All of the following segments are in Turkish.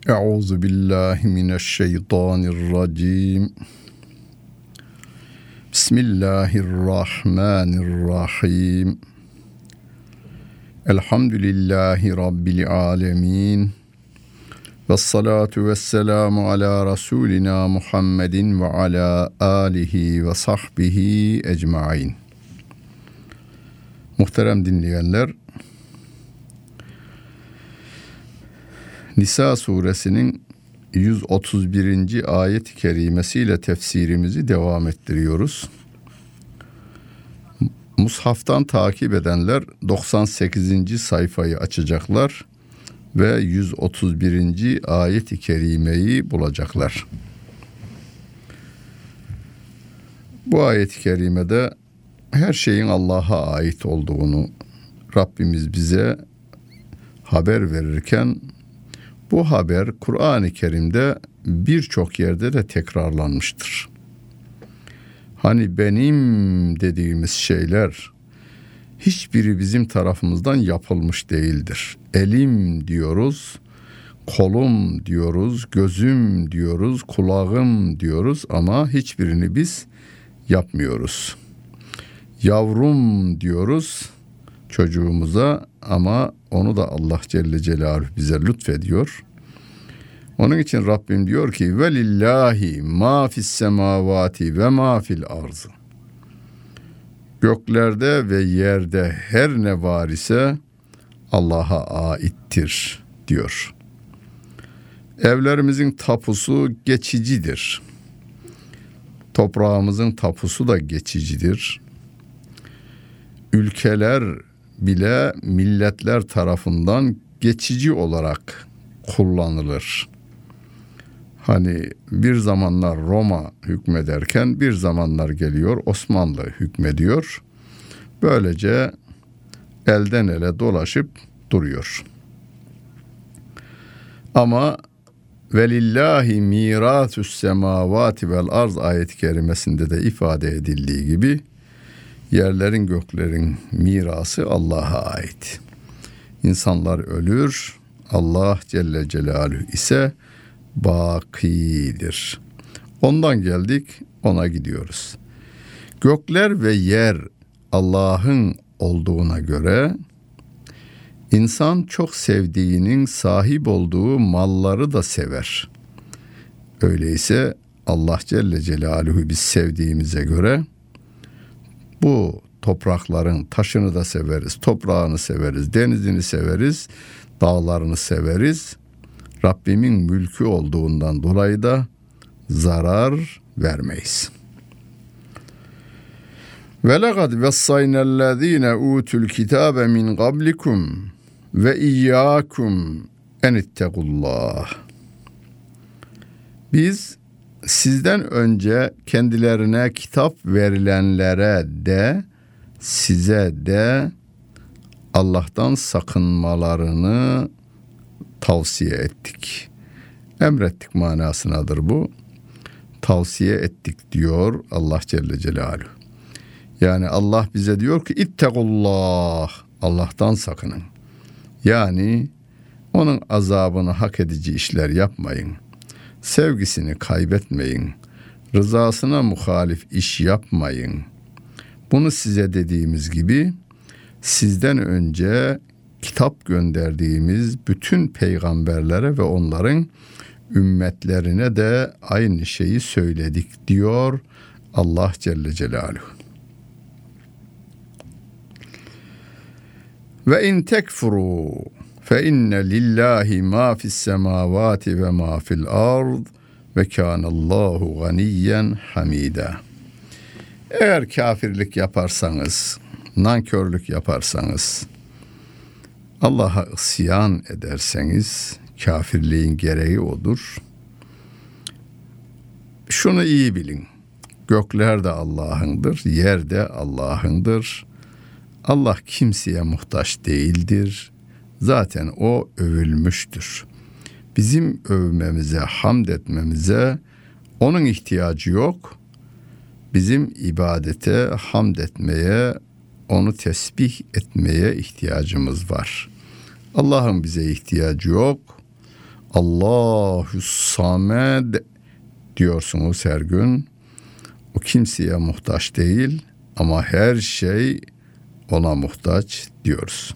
Euzu billahi mineşşeytanirracim. Bismillahirrahmanirrahim. Elhamdülillahi rabbil alamin. Vessalatu vesselamu ala rasulina Muhammedin ve ala alihi ve sahbihi ecmaîn. Muhterem dinleyenler, Nisa suresinin 131. ayet-i kerimesiyle tefsirimizi devam ettiriyoruz. Mushaftan takip edenler 98. sayfayı açacaklar ve 131. ayet-i kerimeyi bulacaklar. Bu ayet-i kerimede her şeyin Allah'a ait olduğunu Rabbimiz bize haber verirken, bu haber Kur'an-ı Kerim'de birçok yerde de tekrarlanmıştır. Hani benim dediğimiz şeyler hiçbiri bizim tarafımızdan yapılmış değildir. Elim diyoruz, kolum diyoruz, gözüm diyoruz, kulağım diyoruz ama hiçbirini biz yapmıyoruz. Yavrum diyoruz çocuğumuza ama onu da Allah Celle Celaluhu bize lütfediyor. Onun için Rabbim diyor ki velillahi ma fis semavati ve ma fil arz. Göklerde ve yerde her ne var ise Allah'a aittir diyor. Evlerimizin tapusu geçicidir. Toprağımızın tapusu da geçicidir. Ülkeler bile milletler tarafından geçici olarak kullanılır. Hani bir zamanlar Roma hükmederken bir zamanlar geliyor Osmanlı hükmediyor. Böylece elden ele dolaşıp duruyor. Ama velillahi miratü's semavati vel arz ayet-i kerimesinde de ifade edildiği gibi yerlerin göklerin mirası Allah'a ait. İnsanlar ölür, Allah Celle Celaluhu ise bakidir. Ondan geldik, ona gidiyoruz. Gökler ve yer Allah'ın olduğuna göre insan çok sevdiğinin sahip olduğu malları da sever. Öyleyse Allah Celle Celaluhu biz sevdiğimize göre bu toprakların taşını da severiz, toprağını severiz, denizini severiz, dağlarını severiz. Rabbimin mülkü olduğundan dolayı da zarar vermeyiz. Ve lekad vessaynellezîne utul kitâbe min qablikum ve iyyâkum en ittegullah. Biz sizden önce kendilerine kitap verilenlere de size de Allah'tan sakınmalarını tavsiye ettik. Emrettik manasınadır bu. Tavsiye ettik diyor Allah Celle Celaluhu. Yani Allah bize diyor ki ittegullah, Allah'tan sakının. Yani onun azabını hak edici işler yapmayın. Sevgisini kaybetmeyin. Rızasına muhalif iş yapmayın. Bunu size dediğimiz gibi sizden önce kitap gönderdiğimiz bütün peygamberlere ve onların ümmetlerine de aynı şeyi söyledik diyor Allah Celle Celaluhu. Ve in tekfuru fe inne lillahi ma fis semavati ve ma fil ard ve kânallahu ganiyyen hamida. Eğer kafirlik yaparsanız, nankörlük yaparsanız, Allah'a isyan ederseniz, kafirliğin gereği odur. Şunu iyi bilin, gökler de Allah'ındır, yer de Allah'ındır. Allah kimseye muhtaç değildir. Zaten o övülmüştür. Bizim övmemize, hamd etmemize onun ihtiyacı yok. Bizim ibadete, hamd etmeye, onu tesbih etmeye ihtiyacımız var. Allah'ın bize ihtiyacı yok. Allahu Samed diyorsunuz her gün. O kimseye muhtaç değil ama her şey ona muhtaç diyoruz.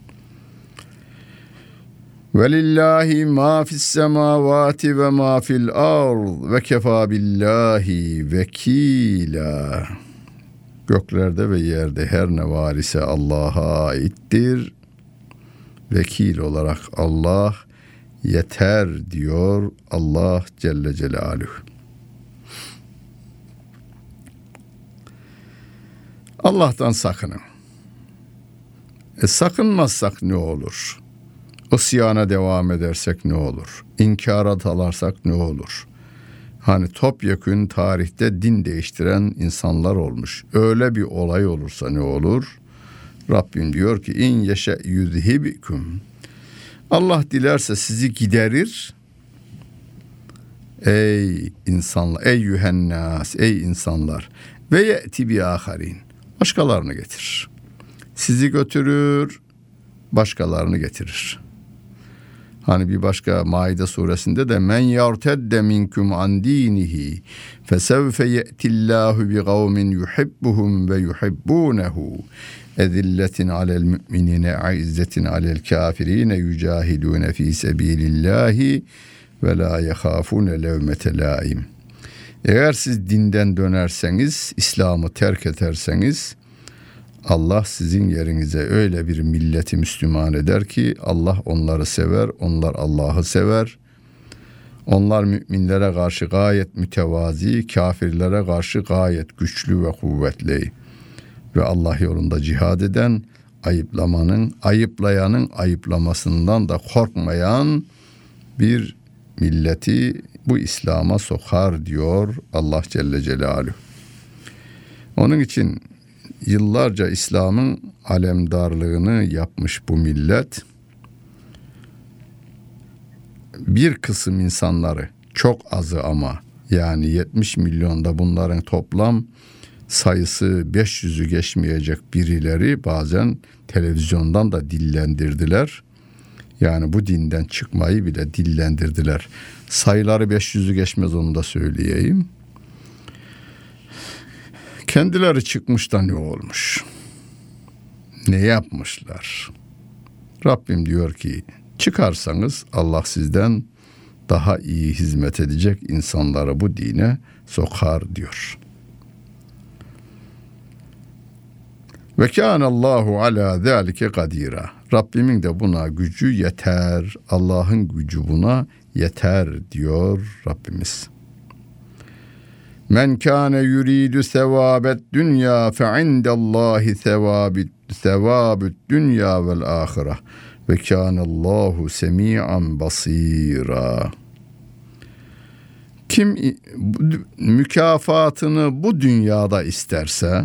Velillahi ma fis semavati ve ma fil ard ve kefa billahi vekila. Göklerde ve yerde her ne var ise Allah'a aittir. Vekil olarak Allah yeter diyor Allah Celle Celaluhu. Allah'tan sakının. Sakınmazsak ne olur? İsyana devam edersek ne olur? İnkara dalarsak ne olur? Hani topyekün tarihte din değiştiren insanlar olmuş. Öyle bir olay olursa ne olur? Rabbim diyor ki in yeşe yuzhibikum. Allah dilerse sizi giderir. Ey insanlar, ey yuhennas, ey insanlar. Ve ye'ti bi aharin. Başkalarını getirir. Sizi götürür, başkalarını getirir. Hani bir başka Maide suresinde de men yartedde minkum an dinihi fesevfe ye'tillahu bi kavmin yuhibbuhum ve yuhibbunehu ezilletin alel müminine aizzetin alel kafirine yücahidune fi sebilillahi ve la yehafune levmete laim. Eğer siz dinden dönerseniz, İslam'ı terk ederseniz Allah sizin yerinize öyle bir milleti Müslüman eder ki Allah onları sever, onlar Allah'ı sever. Onlar müminlere karşı gayet mütevazi, kafirlere karşı gayet güçlü ve kuvvetli. Ve Allah yolunda cihad eden, ayıplayanın ayıplamasından da korkmayan bir milleti bu İslam'a sokar diyor Allah Celle Celaluhu. Onun için yıllarca İslam'ın alemdarlığını yapmış bu millet, bir kısım insanları, çok azı ama yani 70 milyonda bunların toplam sayısı 500'ü geçmeyecek birileri bazen televizyondan da dillendirdiler. Yani bu dinden çıkmayı bile dillendirdiler. Sayıları 500'ü geçmez, onu da söyleyeyim. Kendileri çıkmış da ne olmuş? Ne yapmışlar? Rabbim diyor ki çıkarsanız Allah sizden daha iyi hizmet edecek insanları bu dine sokar diyor. Ve kânallâhu alâ zâlike kadîrâ. Rabbimin de buna gücü yeter. Allah'ın gücü buna yeter diyor Rabbimiz. Men kâne yuridu sevâbet dünya fe indellâhi sevâbü't dünya vel âhire ve kânallâhu semî'an basîrâ. Kim mükafatını bu dünyada isterse,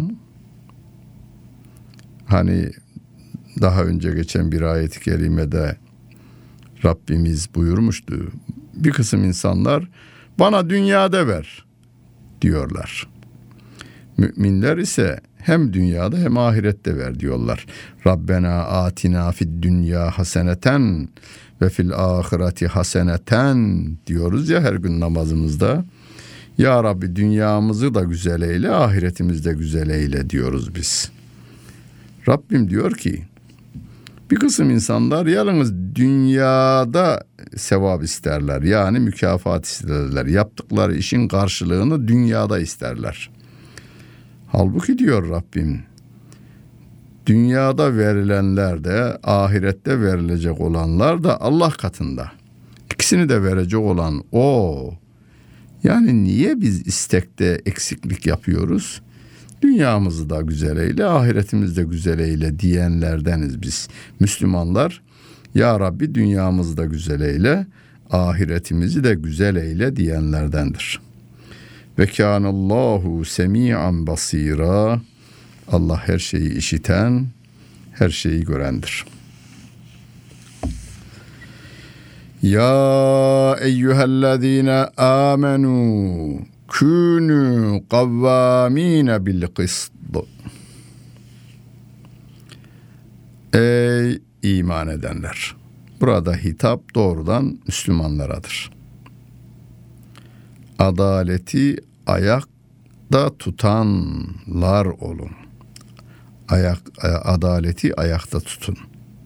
hani daha önce geçen bir ayet-i kerimede Rabbimiz buyurmuştu. Bir kısım insanlar bana dünyada ver diyorlar. Müminler ise hem dünyada hem ahirette ver diyorlar. Rabbena atina fid dünya haseneten ve fil ahireti haseneten diyoruz ya her gün namazımızda. Ya Rabbi dünyamızı da güzel eyle, ahiretimizi de güzel eyle diyoruz biz. Rabbim diyor ki bir kısım insanlar yalnız dünyada sevap isterler. Yani mükafat isterler. Yaptıkları işin karşılığını dünyada isterler. Halbuki diyor Rabbim, dünyada verilenler de ahirette verilecek olanlar da Allah katında. İkisini de verecek olan O. Yani niye biz istekte eksiklik yapıyoruz? Dünyamızı da güzel eyle, ahiretimizi de güzel eyle diyenlerdeniz biz. Müslümanlar, Ya Rabbi dünyamızı da güzel eyle, ahiretimizi de güzel eyle diyenlerdendir. Ve kânallâhu semî'an basîrâ. Allah her şeyi işiten, her şeyi görendir. Ya eyyühellezîne âmenû kûnû kavvâmîne bil kıst. Ey iman edenler! Burada hitap doğrudan Müslümanlaradır. Adaleti ayakta tutanlar olun. Adaleti ayakta tutun.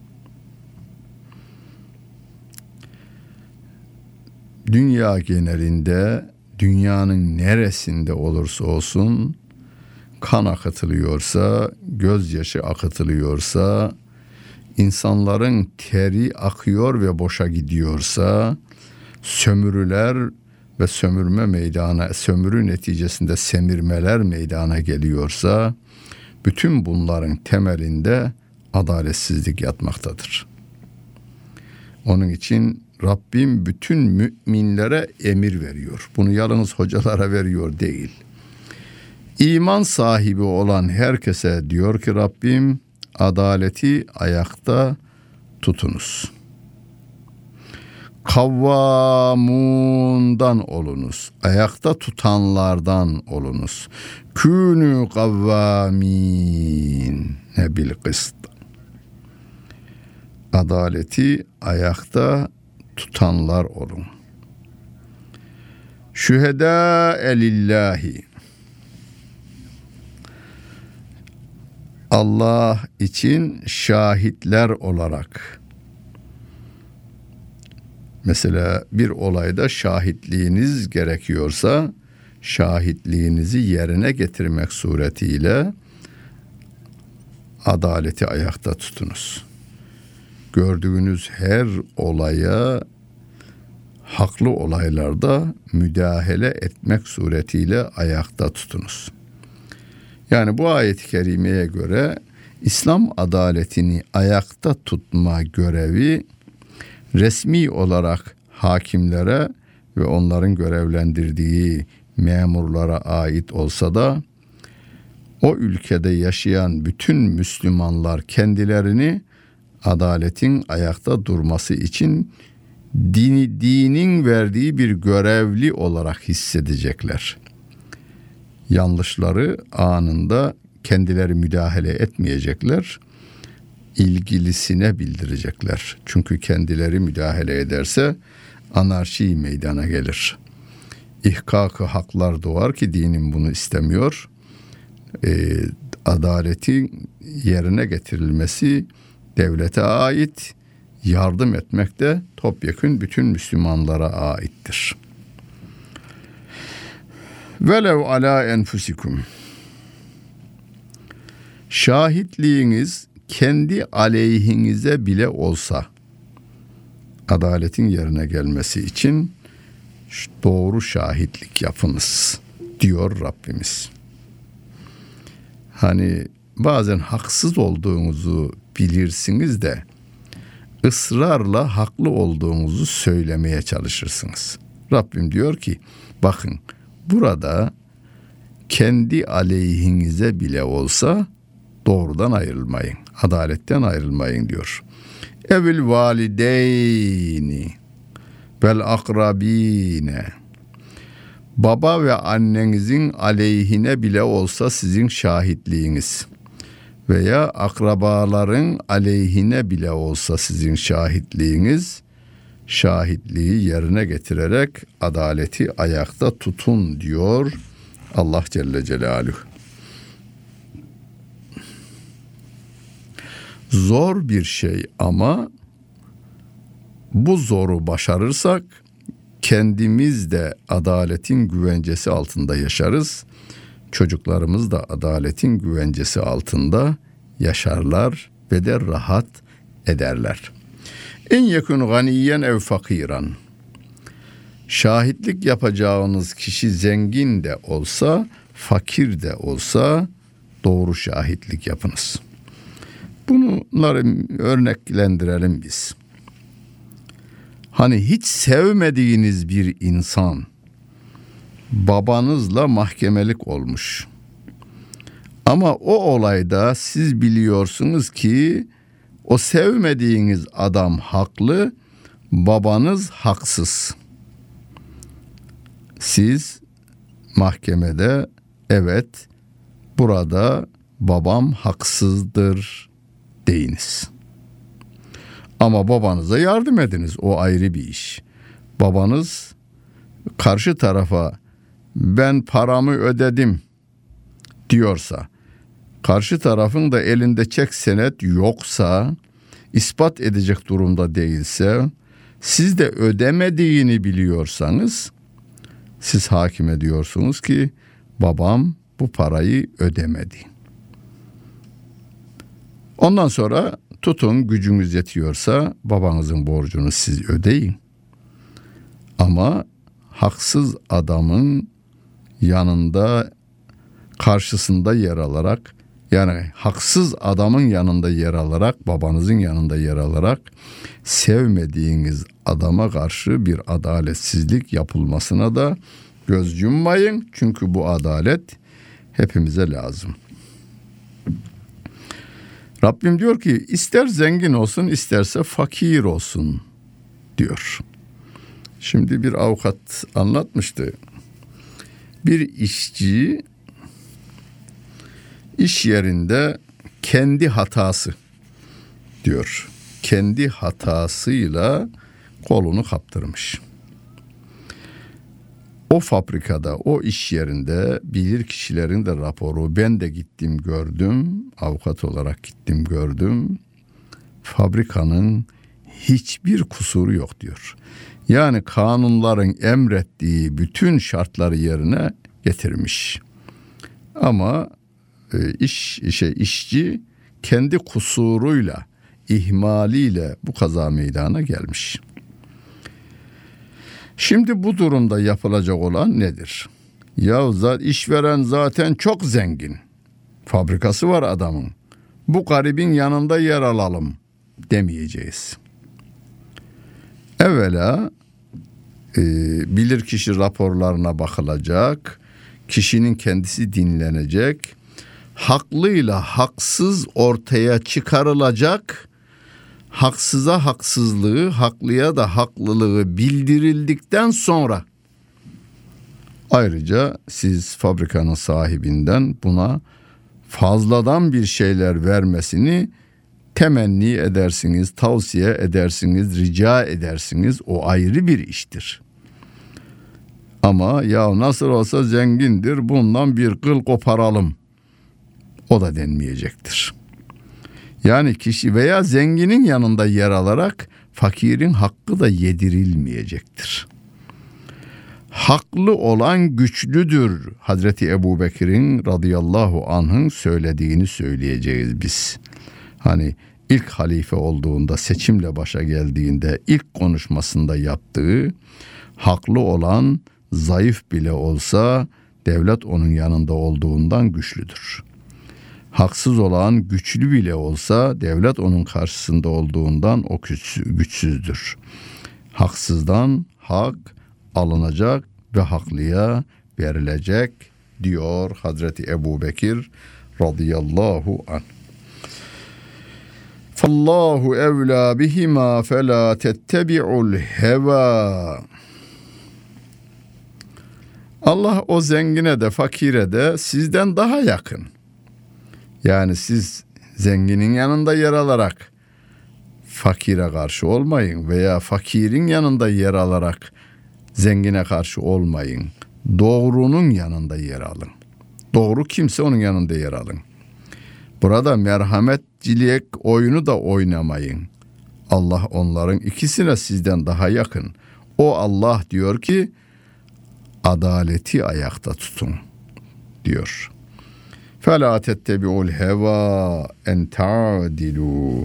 Dünya genelinde, dünyanın neresinde olursa olsun, kan akıtılıyorsa, gözyaşı akıtılıyorsa, insanların teri akıyor ve boşa gidiyorsa, sömürüler ve sömürü neticesinde semirmeler meydana geliyorsa, bütün bunların temelinde adaletsizlik yatmaktadır. Onun için Rabbim bütün müminlere emir veriyor. Bunu yalnız hocalara veriyor değil. İman sahibi olan herkese diyor ki Rabbim, adaleti ayakta tutunuz. Kavvamundan olunuz. Ayakta tutanlardan olunuz. Künü kavvamin bil kıst. Adaleti ayakta tutanlar olun. Şühedâ lillahi. Allah için şahitler olarak. Mesela bir olayda şahitliğiniz gerekiyorsa, şahitliğinizi yerine getirmek suretiyle adaleti ayakta tutunuz. Gördüğünüz her olaya haklı olaylarda müdahale etmek suretiyle ayakta tutunuz. Yani bu ayet-i kerimeye göre İslam adaletini ayakta tutma görevi resmi olarak hakimlere ve onların görevlendirdiği memurlara ait olsa da o ülkede yaşayan bütün Müslümanlar kendilerini adaletin ayakta durması için dinin verdiği bir görevli olarak hissedecekler. Yanlışları anında kendileri müdahale etmeyecekler, ilgilisine bildirecekler. Çünkü kendileri müdahale ederse anarşi meydana gelir. İhkak-ı haklar doğar ki dinin bunu istemiyor. Adaletin yerine getirilmesi devlete ait, yardım etmek de topyekün bütün Müslümanlara aittir. Velev ala enfusikum. Şahitliğiniz kendi aleyhinize bile olsa adaletin yerine gelmesi için doğru şahitlik yapınız diyor Rabbimiz. Hani bazen haksız olduğunuzu bilirsiniz de ısrarla haklı olduğunuzu söylemeye çalışırsınız. Rabbim diyor ki bakın burada kendi aleyhinize bile olsa doğrudan ayrılmayın. Adaletten ayrılmayın diyor. Evil valideyni vel akrabine. Baba ve annenizin aleyhine bile olsa sizin şahitliğiniz veya akrabaların aleyhine bile olsa sizin şahitliğiniz, şahitliği yerine getirerek adaleti ayakta tutun diyor Allah Celle Celaluhu. Zor bir şey ama bu zoru başarırsak kendimiz de adaletin güvencesi altında yaşarız. Çocuklarımız da adaletin güvencesi altında yaşarlar ve de rahat ederler. En yakun ganiyen ev fakiran. Şahitlik yapacağınız kişi zengin de olsa, fakir de olsa doğru şahitlik yapınız. Bunları örneklendirelim biz. Hani hiç sevmediğiniz bir insan babanızla mahkemelik olmuş. Ama o olayda siz biliyorsunuz ki o sevmediğiniz adam haklı, babanız haksız. Siz mahkemede evet burada babam haksızdır deyiniz. Ama babanıza yardım ediniz. O ayrı bir iş. Babanız karşı tarafa ben paramı ödedim diyorsa, karşı tarafın da elinde çek senet yoksa, ispat edecek durumda değilse, siz de ödemediğini biliyorsanız, siz hakime diyorsunuz ki babam bu parayı ödemedi. Ondan sonra tutun, gücünüz yetiyorsa babanızın borcunu siz ödeyin. Ama haksız adamın yanında, karşısında yer alarak, yani haksız adamın yanında yer alarak, babanızın yanında yer alarak sevmediğiniz adama karşı bir adaletsizlik yapılmasına da göz yummayın. Çünkü bu adalet hepimize lazım. Rabbim diyor ki ister zengin olsun isterse fakir olsun diyor. Şimdi bir avukat anlatmıştı. Bir işçi iş yerinde kendi hatası diyor. Kendi hatasıyla kolunu kaptırmış. O fabrikada, o iş yerinde bilir kişilerin de raporu, ben de gittim gördüm, avukat olarak gittim gördüm. Fabrikanın hiçbir kusuru yok diyor. Yani kanunların emrettiği bütün şartları yerine getirmiş. Ama işçi kendi kusuruyla, ihmaliyle bu kaza meydana gelmiş. Şimdi bu durumda yapılacak olan nedir? Ya işveren zaten çok zengin. Fabrikası var adamın. Bu garibin yanında yer alalım demeyeceğiz. Evvela bilirkişi raporlarına bakılacak. Kişinin kendisi dinlenecek. Haklıyla haksız ortaya çıkarılacak. Haksıza haksızlığı, haklıya da haklılığı bildirildikten sonra ayrıca siz fabrikanın sahibinden buna fazladan bir şeyler vermesini temenni edersiniz, tavsiye edersiniz, rica edersiniz. O ayrı bir iştir. Ama ya nasıl olsa zengindir, bundan bir kıl koparalım, o da denmeyecektir. Yani kişi veya zenginin yanında yer alarak fakirin hakkı da yedirilmeyecektir. Haklı olan güçlüdür. Hazreti Ebubekir'in radıyallahu anh'ın söylediğini söyleyeceğiz biz. Hani ilk halife olduğunda, seçimle başa geldiğinde ilk konuşmasında yaptığı, haklı olan zayıf bile olsa devlet onun yanında olduğundan güçlüdür. Haksız olan güçlü bile olsa devlet onun karşısında olduğundan o güçsüzdür. Haksızdan hak alınacak ve haklıya verilecek diyor Hazreti Ebubekir radıyallahu anh. Fallahu evlâ bihima felâ tettebi'ul heva. Allah o zengine de fakire de sizden daha yakın. Yani siz zenginin yanında yer alarak fakire karşı olmayın veya fakirin yanında yer alarak zengine karşı olmayın. Doğrunun yanında yer alın. Doğru kimse onun yanında yer alın. Burada merhametcilik oyunu da oynamayın. Allah onların ikisine sizden daha yakın. O Allah diyor ki adaleti ayakta tutun diyor. فَلَا تَتَّبِعُوا الْهَوَا اَنْ تَعْدِلُوا.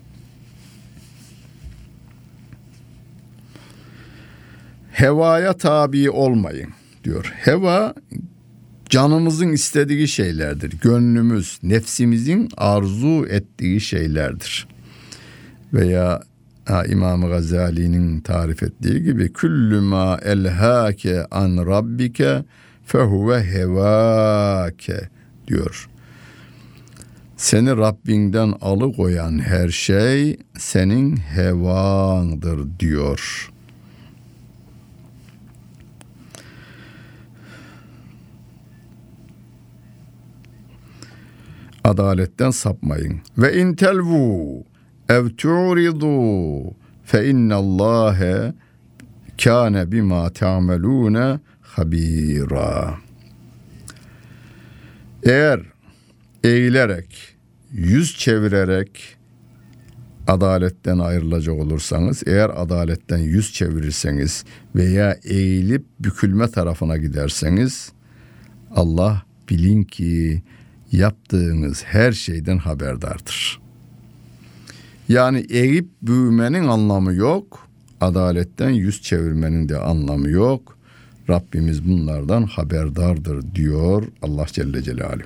Hevaya tabi olmayın diyor. Heva canımızın istediği şeylerdir. Gönlümüz, nefsimizin arzu ettiği şeylerdir. Veya İmam-ı Gazali'nin tarif ettiği gibi küllü ma elhâke an rabbike fehuve hevâke diyor. Seni Rabbinden alıkoyan her şey senin hevandır diyor. Adaletten sapmayın. Ve intelvu, ev tu'ridu fe innallâhe kâne bimâ ta'melûne habîrâ. Eğer eğilerek, yüz çevirerek adaletten ayrılacak olursanız, eğer adaletten yüz çevirirseniz veya eğilip bükülme tarafına giderseniz, Allah bilin ki yaptığınız her şeyden haberdardır. Yani eğip büyümenin anlamı yok, adaletten yüz çevirmenin de anlamı yok. Rabbimiz bunlardan haberdardır diyor Allah Celle Celaluhu.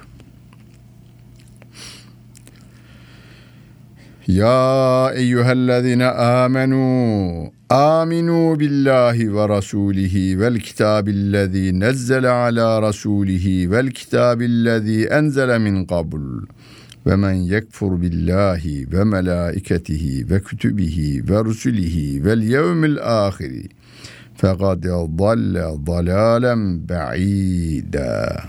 Ya eyyühellezine aminu billahi ve rasulihi vel kitabillezî nezzele ala rasulihi vel kitabillezî enzele min qabl ve men yekfur billahi ve melaiketihi ve kütübihi ve rusulihi vel yevmil ahiri fekad dalle dalalen ba'ida.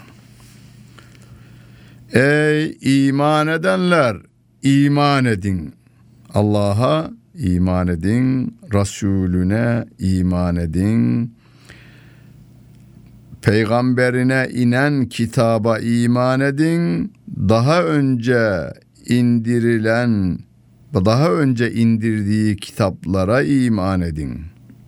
Ey iman edenler, iman edin. Allah'a iman edin, Resulüne iman edin, peygamberine inen kitaba iman edin, daha önce indirdiği kitaplara iman edin.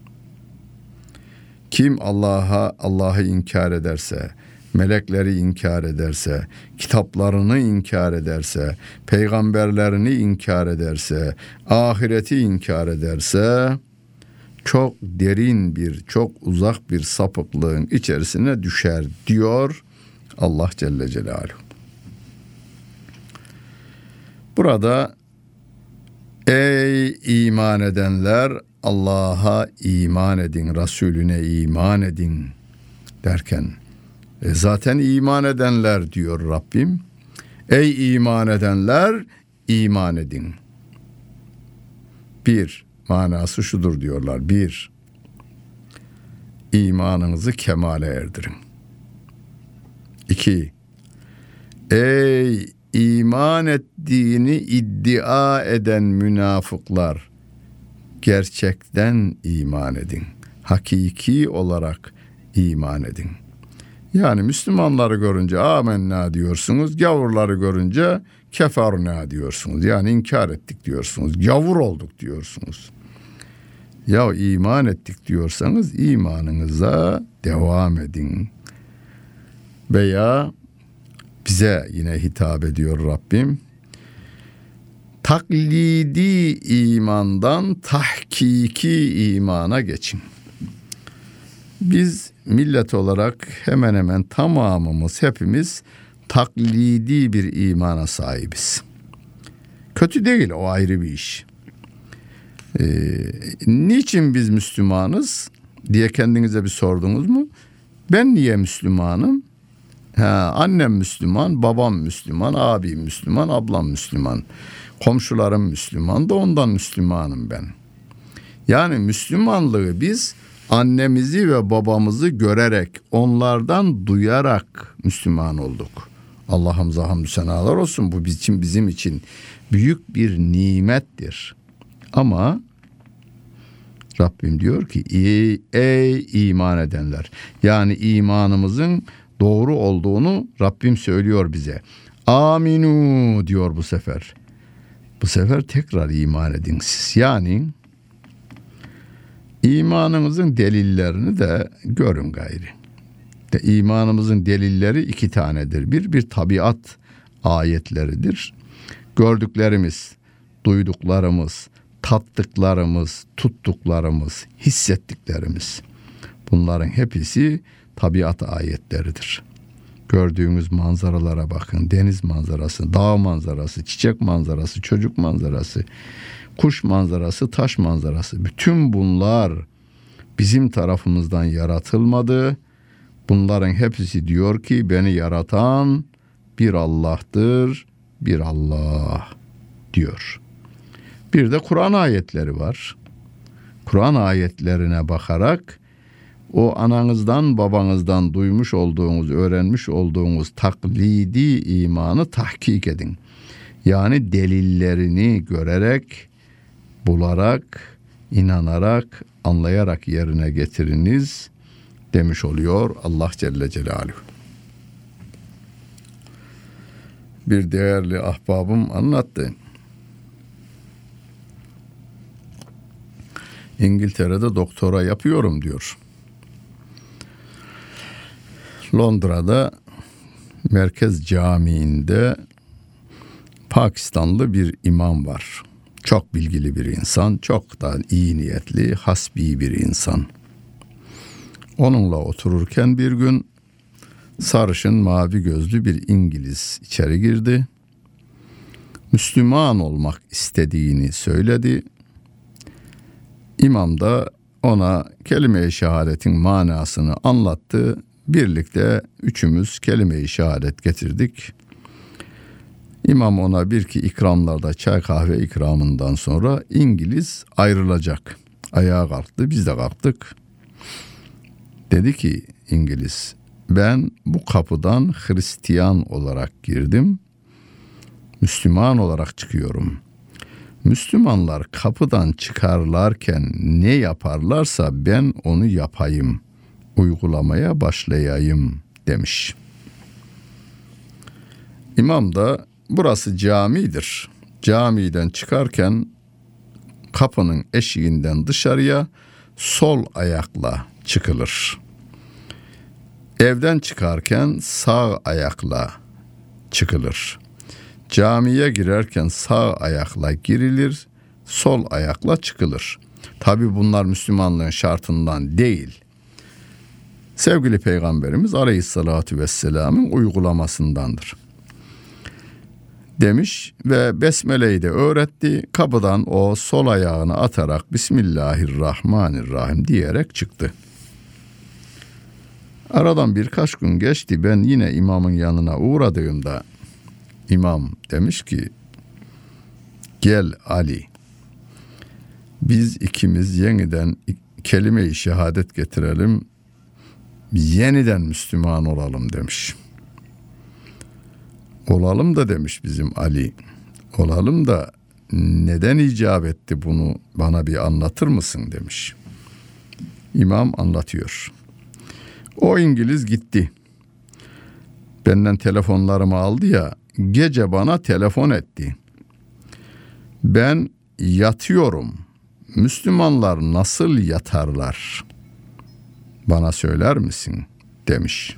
Kim Allah'ı inkar ederse, melekleri inkar ederse, kitaplarını inkar ederse, peygamberlerini inkar ederse, ahireti inkar ederse, çok derin çok uzak bir sapıklığın içerisine düşer diyor Allah Celle Celaluhu. Burada ey iman edenler, Allah'a iman edin, Resulüne iman edin derken zaten iman edenler diyor Rabbim. Ey iman edenler, iman edin. Bir, manası şudur diyorlar. Bir, imanınızı kemale erdirin. İki, ey iman ettiğini iddia eden münafıklar, gerçekten iman edin. Hakiki olarak iman edin. Yani Müslümanları görünce amenna diyorsunuz, gavurları görünce keferna diyorsunuz. Yani inkar ettik diyorsunuz, gavur olduk diyorsunuz. Ya iman ettik diyorsanız imanınıza devam edin. Veya bize yine hitap ediyor Rabbim. Taklidi imandan tahkiki imana geçin. Biz millet olarak hemen hemen tamamımız, hepimiz taklidi bir imana sahibiz. Kötü değil, o ayrı bir iş. Niçin biz Müslümanız diye kendinize bir sordunuz mu? Ben niye Müslümanım? Annem Müslüman, babam Müslüman, abim Müslüman, ablam Müslüman. Komşularım Müslüman da ondan Müslümanım ben. Yani Müslümanlığı biz annemizi ve babamızı görerek, onlardan duyarak Müslüman olduk. Allah'ımıza hamdü senalar olsun. Bu bizim için büyük bir nimettir. Ama Rabbim diyor ki ey iman edenler. Yani imanımızın doğru olduğunu Rabbim söylüyor bize. Aminu diyor bu sefer. Bu sefer tekrar iman edin siz. Yani imanımızın delillerini de görün gayri. İmanımızın delilleri 2 tanedir. Bir tabiat ayetleridir. Gördüklerimiz, duyduklarımız, tattıklarımız, tuttuklarımız, hissettiklerimiz. Bunların hepsi tabiat ayetleridir. Gördüğümüz manzaralara bakın. Deniz manzarası, dağ manzarası, çiçek manzarası, çocuk manzarası, kuş manzarası, taş manzarası. Bütün bunlar bizim tarafımızdan yaratılmadı. Bunların hepsi diyor ki beni yaratan bir Allah'tır, bir Allah diyor. Bir de Kur'an ayetleri var. Kur'an ayetlerine bakarak o ananızdan babanızdan duymuş olduğunuz, öğrenmiş olduğunuz taklidi imanı tahkik edin. Yani delillerini görerek bularak, inanarak, anlayarak yerine getiriniz demiş oluyor Allah Celle Celaluhu. Bir değerli ahbabım anlattı. İngiltere'de doktora yapıyorum diyor. Londra'da Merkez Camii'nde Pakistanlı bir imam var. Çok bilgili bir insan, çok da iyi niyetli, hasbi bir insan. Onunla otururken bir gün sarışın mavi gözlü bir İngiliz içeri girdi. Müslüman olmak istediğini söyledi. İmam da ona kelime-i şehadetin manasını anlattı. Birlikte üçümüz kelime-i şehadet getirdik. İmam ona bir iki ikramlarda çay kahve ikramından sonra İngiliz ayrılacak. Ayağa kalktı, biz de kalktık. Dedi ki İngiliz, ben bu kapıdan Hristiyan olarak girdim, Müslüman olarak çıkıyorum. Müslümanlar kapıdan çıkarlarken ne yaparlarsa ben onu yapayım, uygulamaya başlayayım demiş. İmam da burası camidir. Camiden çıkarken kapının eşiğinden dışarıya sol ayakla çıkılır. Evden çıkarken sağ ayakla çıkılır. Camiye girerken sağ ayakla girilir, sol ayakla çıkılır. Tabi bunlar Müslümanlığın şartından değil. Sevgili Peygamberimiz Aleyhisselatü Vesselam'ın uygulamasındandır demiş ve Besmele'yi de öğretti. Kapıdan o sol ayağını atarak Bismillahirrahmanirrahim diyerek çıktı. Aradan birkaç gün geçti. Ben yine imamın yanına uğradığımda imam demiş ki, gel Ali, biz ikimiz yeniden kelime-i şehadet getirelim, yeniden Müslüman olalım demiş. Olalım da demiş bizim Ali, olalım da neden icap etti bunu bana bir anlatır mısın demiş. İmam anlatıyor. O İngiliz gitti. Benden telefonlarımı aldı ya, gece bana telefon etti. Ben yatıyorum. Müslümanlar nasıl yatarlar? Bana söyler misin? Demiş.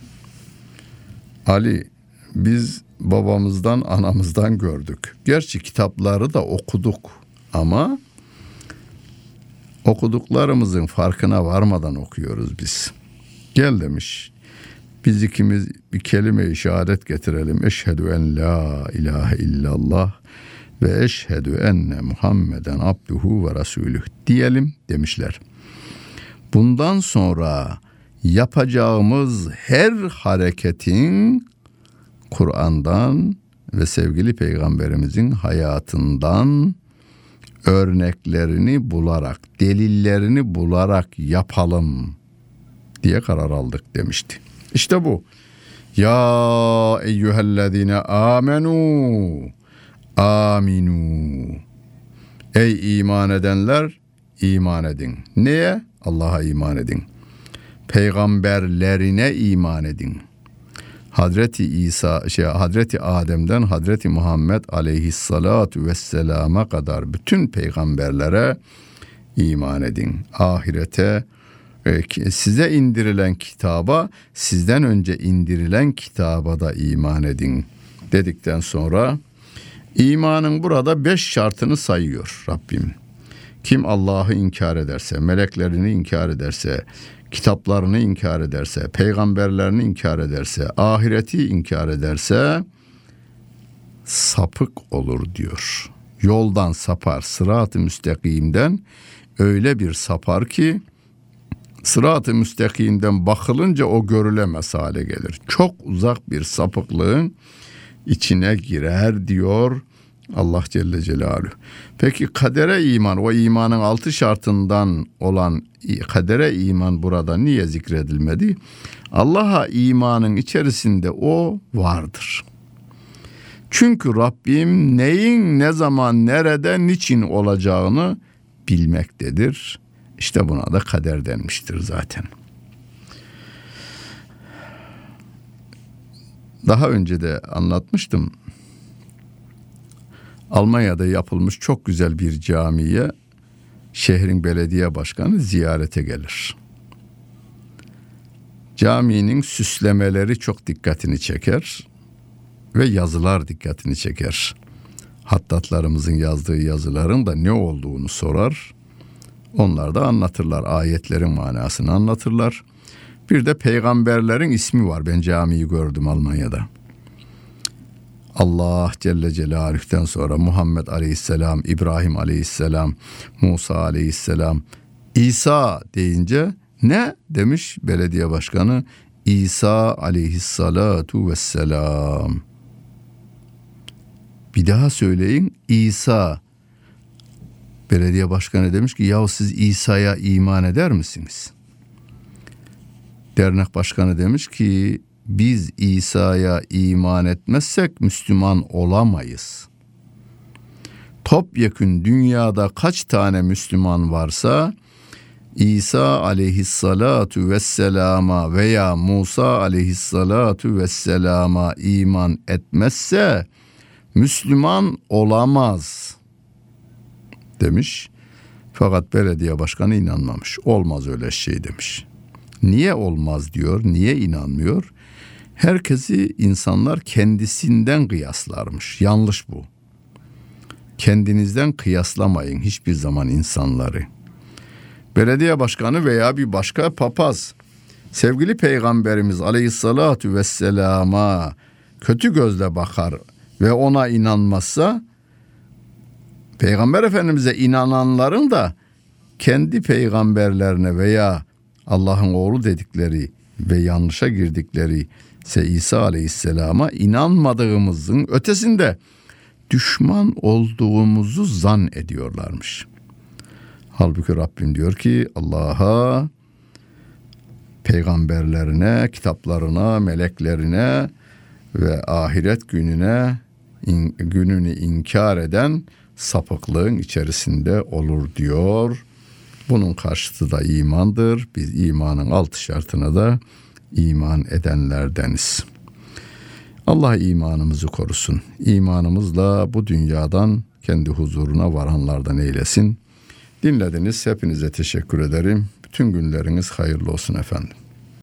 Ali, biz babamızdan, anamızdan gördük. Gerçi kitapları da okuduk ama okuduklarımızın farkına varmadan okuyoruz biz. Gel demiş. Biz ikimiz bir kelime-i şehadet getirelim. Eşhedü en la ilahe illallah ve eşhedü enne Muhammeden abduhu ve rasulüh diyelim demişler. Bundan sonra yapacağımız her hareketin Kur'an'dan ve sevgili Peygamberimizin hayatından örneklerini bularak, delillerini bularak yapalım diye karar aldık demişti. İşte bu. Ya eyyühellezine amenu aminu. Ey iman edenler, iman edin. Neye? Allah'a iman edin. Peygamberlerine iman edin. Hazreti Adem'den Hazreti Muhammed aleyhissalatu vesselama kadar bütün peygamberlere iman edin. Ahirete, size indirilen kitaba, sizden önce indirilen kitaba da iman edin dedikten sonra imanın burada 5 şartını sayıyor Rabbim. Kim Allah'ı inkar ederse, meleklerini inkar ederse, kitaplarını inkar ederse, peygamberlerini inkar ederse, ahireti inkar ederse sapık olur diyor. Yoldan sapar, sırat-ı müstakimden öyle bir sapar ki sırat-ı müstakimden bakılınca o görülemez hale gelir. Çok uzak bir sapıklığın içine girer diyor Allah Celle Celaluhu. Peki kadere iman, o imanın 6 şartından olan kadere iman burada niye zikredilmedi? Allah'a imanın içerisinde o vardır. Çünkü Rabbim neyin ne zaman nerede niçin olacağını bilmektedir. İşte buna da kader denmiştir zaten. Daha önce de anlatmıştım. Almanya'da yapılmış çok güzel bir camiye şehrin belediye başkanı ziyarete gelir. Caminin süslemeleri çok dikkatini çeker ve yazılar dikkatini çeker. Hattatlarımızın yazdığı yazıların da ne olduğunu sorar. Onlar da anlatırlar, ayetlerin manasını anlatırlar. Bir de peygamberlerin ismi var. Ben camiyi gördüm Almanya'da. Allah Celle Celaluhu'dan sonra Muhammed Aleyhisselam, İbrahim Aleyhisselam, Musa Aleyhisselam, İsa deyince ne demiş belediye başkanı? İsa Aleyhissalatu Vesselam. Bir daha söyleyin, İsa. Belediye başkanı demiş ki yahu siz İsa'ya iman eder misiniz? Dernek başkanı demiş ki biz İsa'ya iman etmezsek Müslüman olamayız. Topyekün dünyada kaç tane Müslüman varsa İsa aleyhissalatu vesselama veya Musa aleyhissalatu vesselama iman etmezse Müslüman olamaz demiş. Fakat belediye başkanı inanmamış. Olmaz öyle şey demiş. Niye olmaz diyor, niye inanmıyor? Herkesi insanlar kendisinden kıyaslarmış. Yanlış bu. Kendinizden kıyaslamayın hiçbir zaman insanları. Belediye başkanı veya bir başka papaz, sevgili Peygamberimiz Aleyhissalatu vesselama kötü gözle bakar ve ona inanmazsa, Peygamber Efendimiz'e inananların da kendi peygamberlerine veya Allah'ın oğlu dedikleri ve yanlışa girdikleri İsa Aleyhisselam'a inanmadığımızın ötesinde düşman olduğumuzu zan ediyorlarmış. Halbuki Rabbim diyor ki Allah'a, peygamberlerine, kitaplarına, meleklerine ve ahiret gününü inkar eden sapıklığın içerisinde olur diyor. Bunun karşıtı da imandır. Biz imanın 6 şartına da iman edenlerdeniz. Allah imanımızı korusun. İmanımızla bu dünyadan kendi huzuruna varanlardan eylesin. Dinlediniz. Hepinize teşekkür ederim. Bütün günleriniz hayırlı olsun efendim.